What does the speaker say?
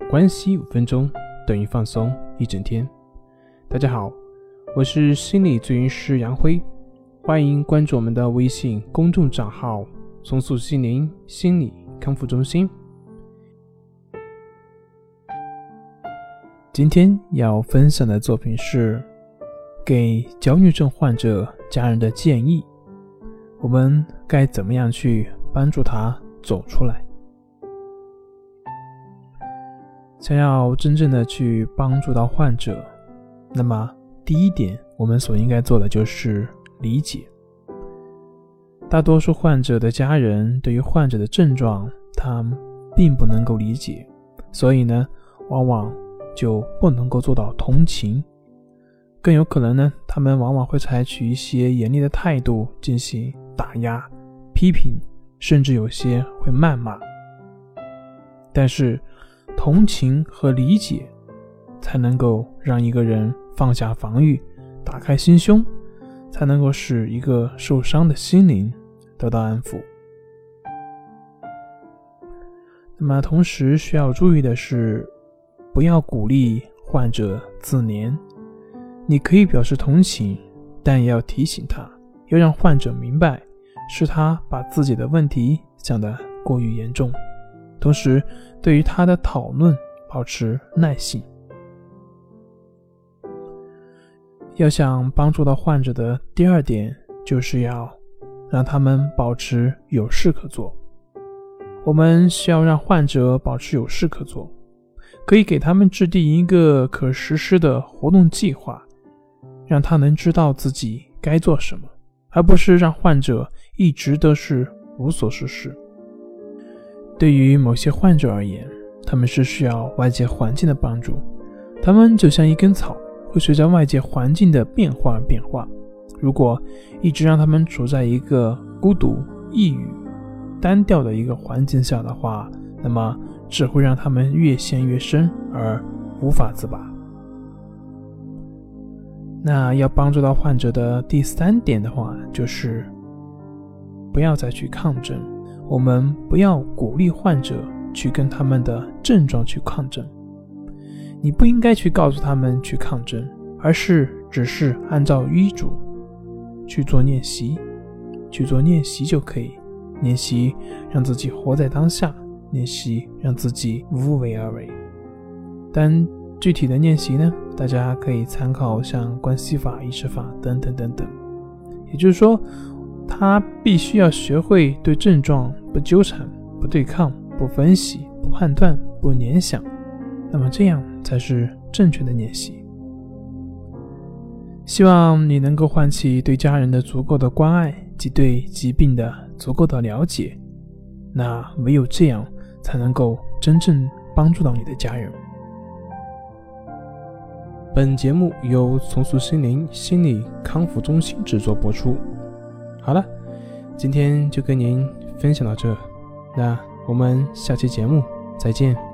关系5分钟等于放松一整天。大家好，我是心理咨询师杨辉，欢迎关注我们的微信公众账号重塑心灵心理康复中心。今天要分享的作品是给焦虑症患者家人的建议，我们该怎么样去帮助他走出来。想要真正的去帮助到患者，那么第一点我们所应该做的就是理解。大多数患者的家人对于患者的症状他并不能够理解，所以呢往往就不能够做到同情，更有可能呢他们往往会采取一些严厉的态度进行打压、批评，甚至有些会谩骂。但是同情和理解才能够让一个人放下防御，打开心胸，才能够使一个受伤的心灵得到安抚。那么同时需要注意的是，不要鼓励患者自怜。你可以表示同情，但也要提醒他，要让患者明白是他把自己的问题想得过于严重，同时对于他的讨论保持耐性。要想帮助到患者的第二点，就是要让他们保持有事可做。我们需要让患者保持有事可做，可以给他们制定一个可实施的活动计划，让他能知道自己该做什么，而不是让患者一直都是无所事事。对于某些患者而言，他们是需要外界环境的帮助，他们就像一根草，会随着外界环境的变化而变化。如果一直让他们处在一个孤独、抑郁、单调的一个环境下的话，那么只会让他们越陷越深而无法自拔。那要帮助到患者的第3点的话，就是不要再去抗争。我们不要鼓励患者去跟他们的症状去抗争，你不应该去告诉他们去抗争，而是只是按照医嘱去做练习就可以。练习让自己活在当下，练习让自己无为而为。但具体的练习呢，大家可以参考像关系法、意识法等等等等。也就是说，他必须要学会对症状不纠缠、不对抗、不分析、不判断、不联想，那么这样才是正确的练习。希望你能够唤起对家人的足够的关爱及对疾病的足够的了解，那唯有这样才能够真正帮助到你的家人。本节目由重塑心灵心理康复中心制作播出。好了，今天就跟您分享到这，那我们下期节目再见。